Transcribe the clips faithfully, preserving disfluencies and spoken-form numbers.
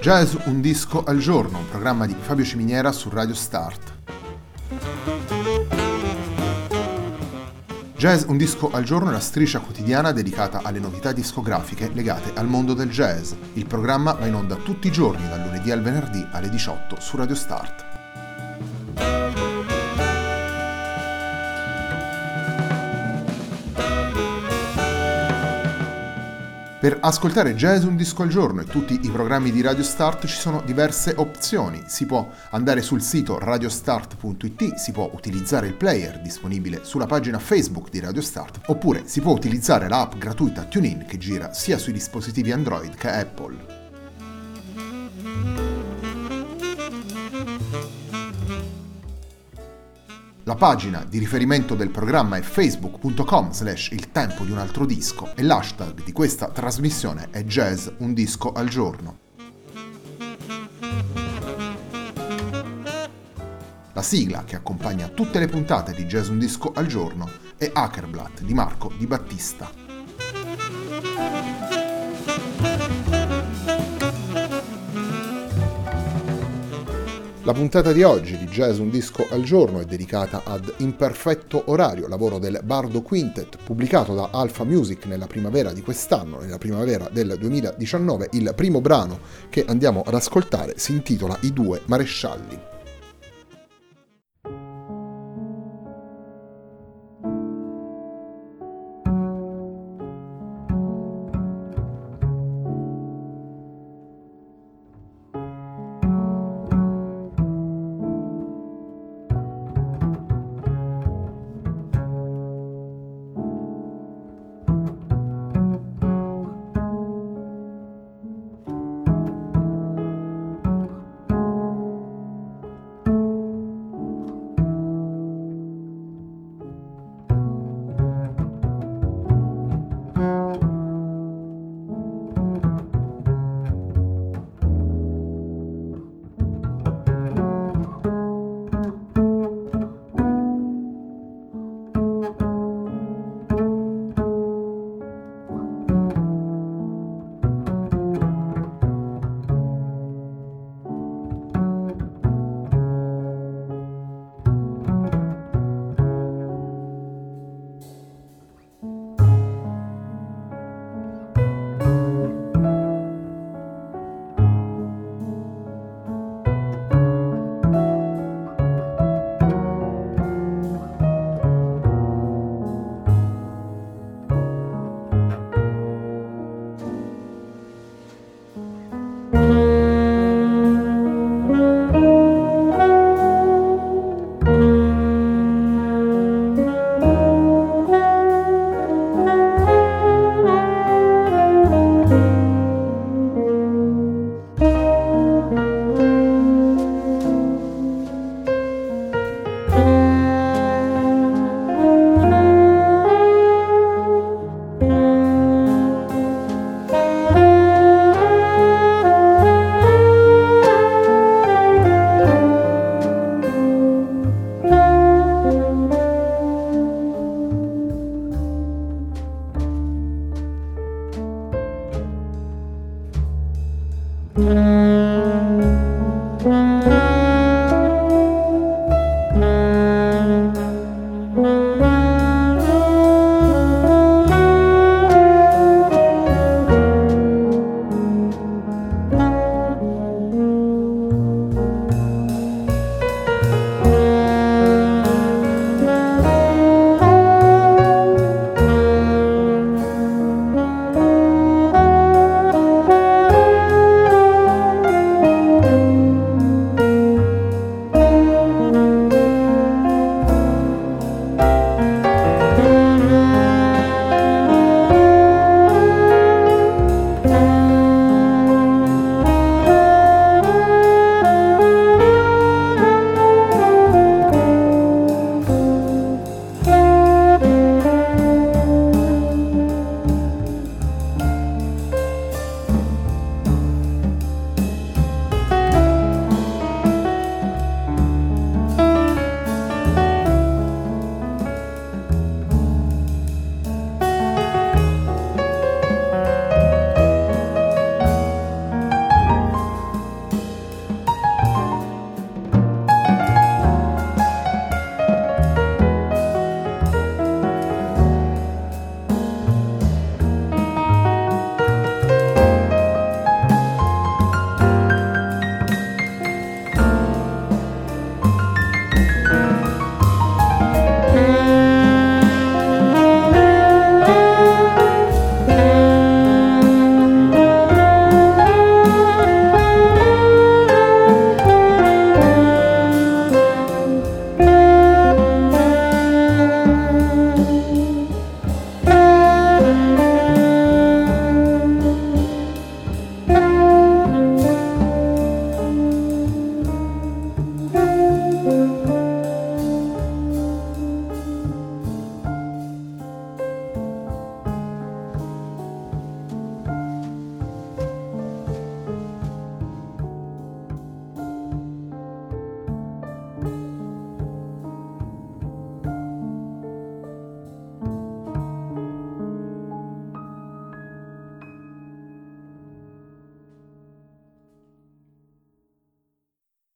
Jazz un disco al giorno, un programma di Fabio Ciminiera su Radio Start. Jazz un disco al giorno è la striscia quotidiana dedicata alle novità discografiche legate al mondo del jazz. Il programma va in onda tutti i giorni, dal lunedì al venerdì alle diciotto su Radio Start. Per ascoltare Jazz un disco al giorno e tutti i programmi di Radio Start ci sono diverse opzioni. Si può andare sul sito radiostart punto it, si può utilizzare il player disponibile sulla pagina Facebook di Radio Start, oppure si può utilizzare l'app gratuita TuneIn che gira sia sui dispositivi Android che Apple. La pagina di riferimento del programma è facebook punto com slash il tempo di un altro disco e l'hashtag di questa trasmissione è Jazz un disco al giorno. La sigla che accompagna tutte le puntate di Jazz un disco al giorno è Hackerblatt di Marco Di Battista. La puntata di oggi di Jazz un disco al giorno è dedicata ad Imperfetto orario, lavoro del Bardo Quintet, pubblicato da Alpha Music nella primavera di quest'anno, nella primavera del duemiladiciannove. Il primo brano che andiamo ad ascoltare si intitola I due marescialli.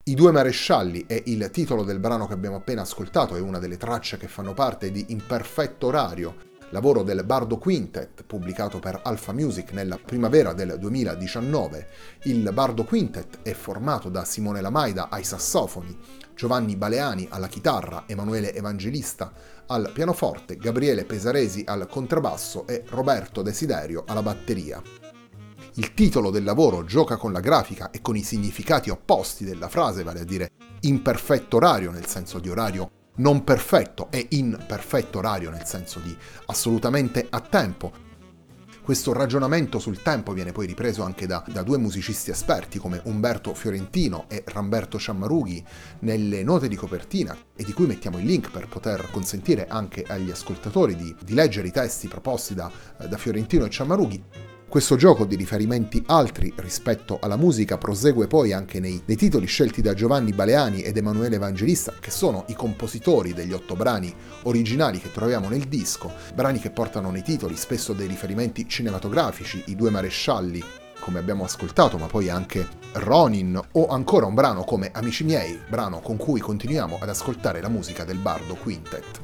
I due marescialli è il titolo del brano che abbiamo appena ascoltato, è una delle tracce che fanno parte di Imperfetto Orario, lavoro del Bardo Quintet pubblicato per Alpha Music nella primavera del duemiladiciannove. Il Bardo Quintet è formato da Simone Lamaida ai sassofoni, Giovanni Baleani alla chitarra, Emanuele Evangelista al pianoforte, Gabriele Pesaresi al contrabbasso e Roberto Desiderio alla batteria. Il titolo del lavoro gioca con la grafica e con i significati opposti della frase, vale a dire imperfetto orario nel senso di orario non perfetto e in perfetto orario nel senso di assolutamente a tempo. Questo ragionamento sul tempo viene poi ripreso anche da, da due musicisti esperti come Umberto Fiorentino e Ramberto Ciammarughi nelle note di copertina, e di cui mettiamo il link per poter consentire anche agli ascoltatori di, di leggere i testi proposti da, da Fiorentino e Ciammarughi. Questo gioco di riferimenti altri rispetto alla musica prosegue poi anche nei, nei titoli scelti da Giovanni Baleani ed Emanuele Evangelista, che sono i compositori degli otto brani originali che troviamo nel disco, brani che portano nei titoli spesso dei riferimenti cinematografici, I due marescialli, come abbiamo ascoltato, ma poi anche Ronin, o ancora un brano come Amici miei, brano con cui continuiamo ad ascoltare la musica del Bardo Quintet.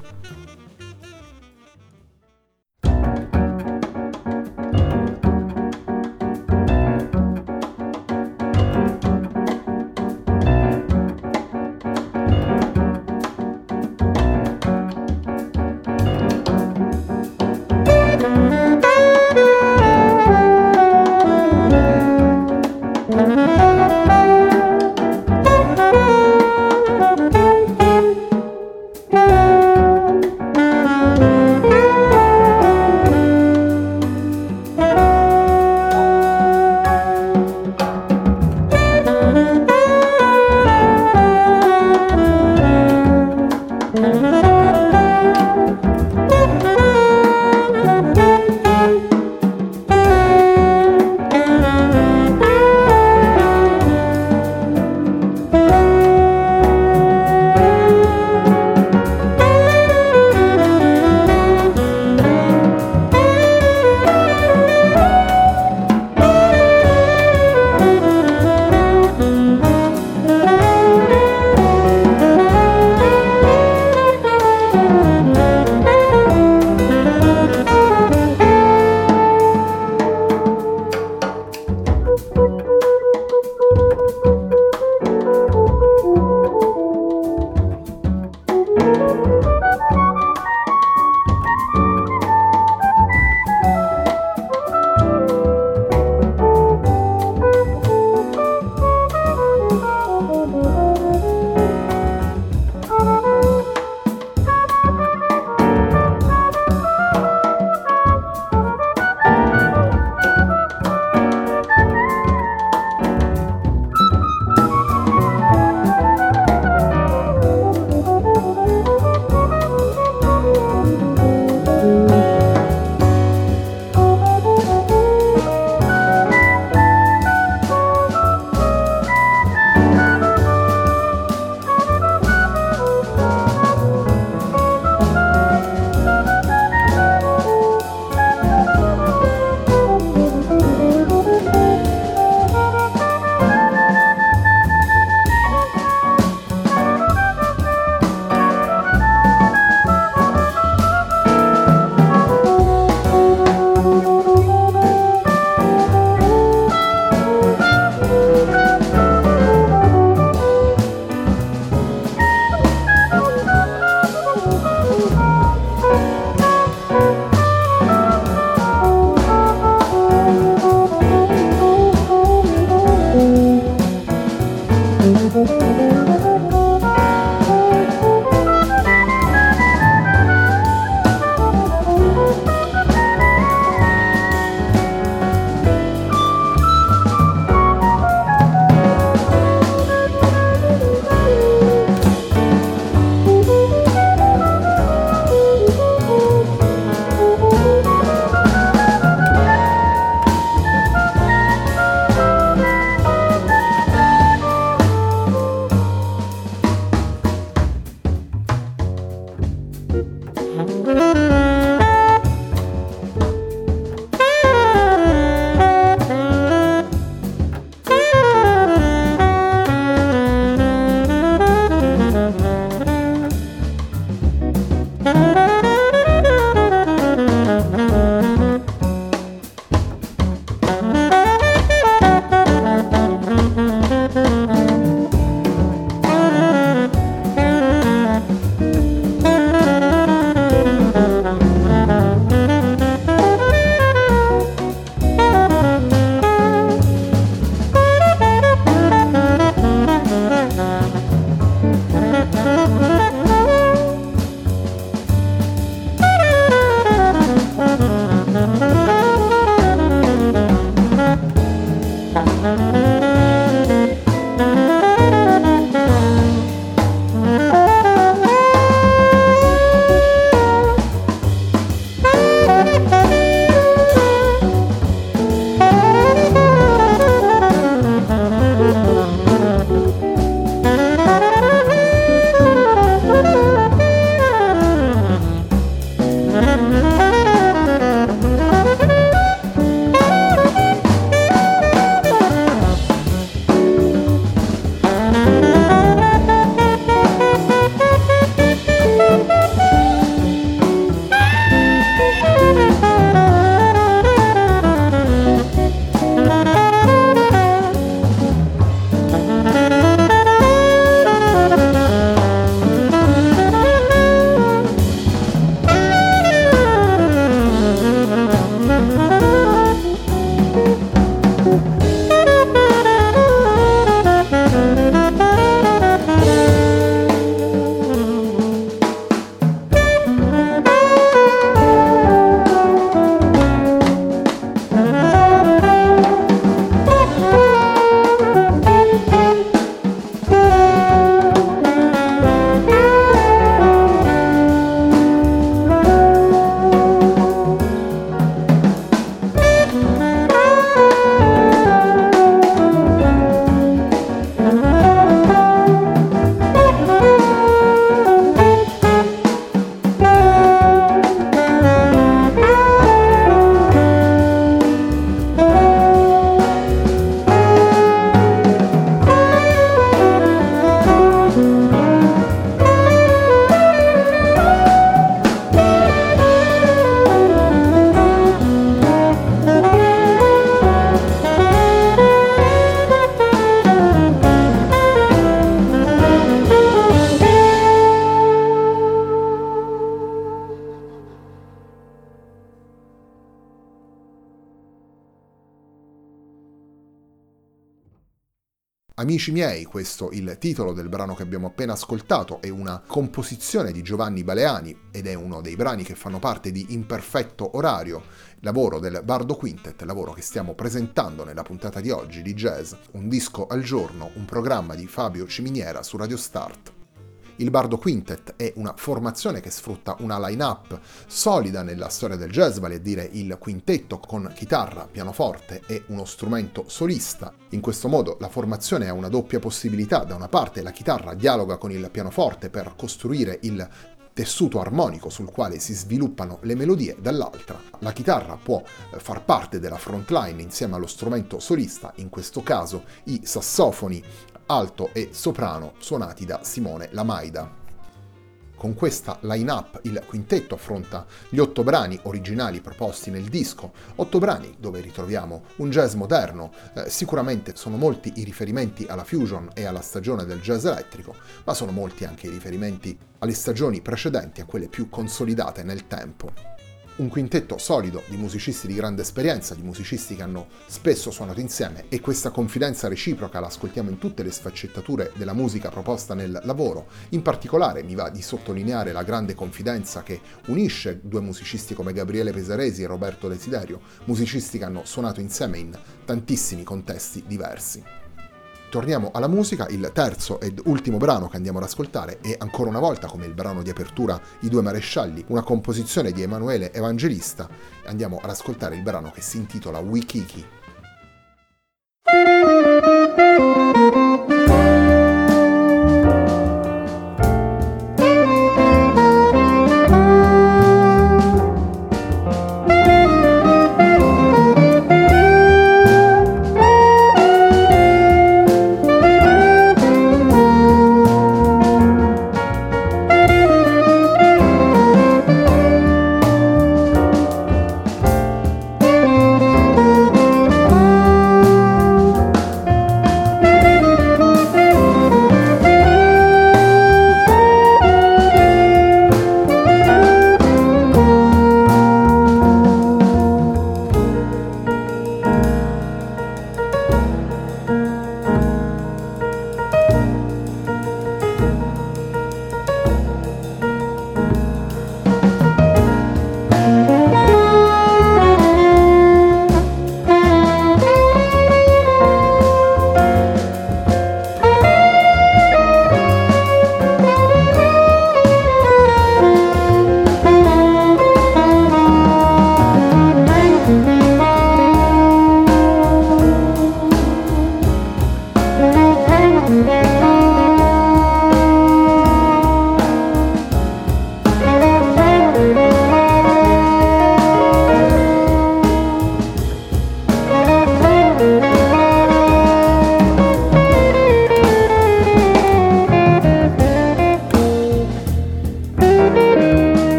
Amici miei, questo il titolo del brano che abbiamo appena ascoltato, è una composizione di Giovanni Baleani ed è uno dei brani che fanno parte di Imperfetto Orario, lavoro del Bardo Quintet, lavoro che stiamo presentando nella puntata di oggi di Jazz, un disco al giorno, un programma di Fabio Ciminiera su Radio Start. Il Bardo Quintet è una formazione che sfrutta una line-up solida nella storia del jazz, vale a dire il quintetto con chitarra, pianoforte e uno strumento solista. In questo modo la formazione ha una doppia possibilità: da una parte la chitarra dialoga con il pianoforte per costruire il tessuto armonico sul quale si sviluppano le melodie, dall'altra la chitarra può far parte della frontline insieme allo strumento solista, in questo caso i sassofoni alto e soprano suonati da Simone Lamaida. Con questa line-up il quintetto affronta gli otto brani originali proposti nel disco, otto brani dove ritroviamo un jazz moderno. Eh, sicuramente sono molti i riferimenti alla fusion e alla stagione del jazz elettrico, ma sono molti anche i riferimenti alle stagioni precedenti, a quelle più consolidate nel tempo. Un quintetto solido di musicisti di grande esperienza, di musicisti che hanno spesso suonato insieme, e questa confidenza reciproca la ascoltiamo in tutte le sfaccettature della musica proposta nel lavoro. In particolare mi va di sottolineare la grande confidenza che unisce due musicisti come Gabriele Pesaresi e Roberto Desiderio, musicisti che hanno suonato insieme in tantissimi contesti diversi. Torniamo alla musica, il terzo ed ultimo brano che andiamo ad ascoltare è ancora una volta, come il brano di apertura I Due Marescialli, una composizione di Emanuele Evangelista. Andiamo ad ascoltare il brano che si intitola Wikiki.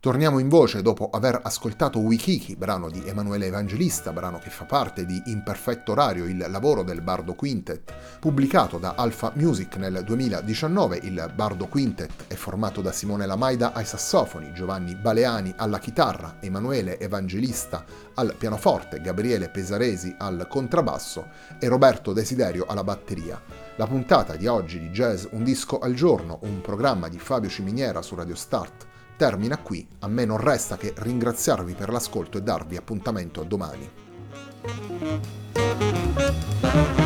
Torniamo in voce dopo aver ascoltato Wikiki, brano di Emanuele Evangelista, brano che fa parte di Imperfetto Orario, il lavoro del Bardo Quintet, pubblicato da Alpha Music nel duemiladiciannove. Il Bardo Quintet è formato da Simone Lamaida ai sassofoni, Giovanni Baleani alla chitarra, Emanuele Evangelista al pianoforte, Gabriele Pesaresi al contrabbasso e Roberto Desiderio alla batteria. La puntata di oggi di Jazz Un Disco al Giorno, un programma di Fabio Ciminiera su Radio Start, termina qui. A me non resta che ringraziarvi per l'ascolto e darvi appuntamento a domani.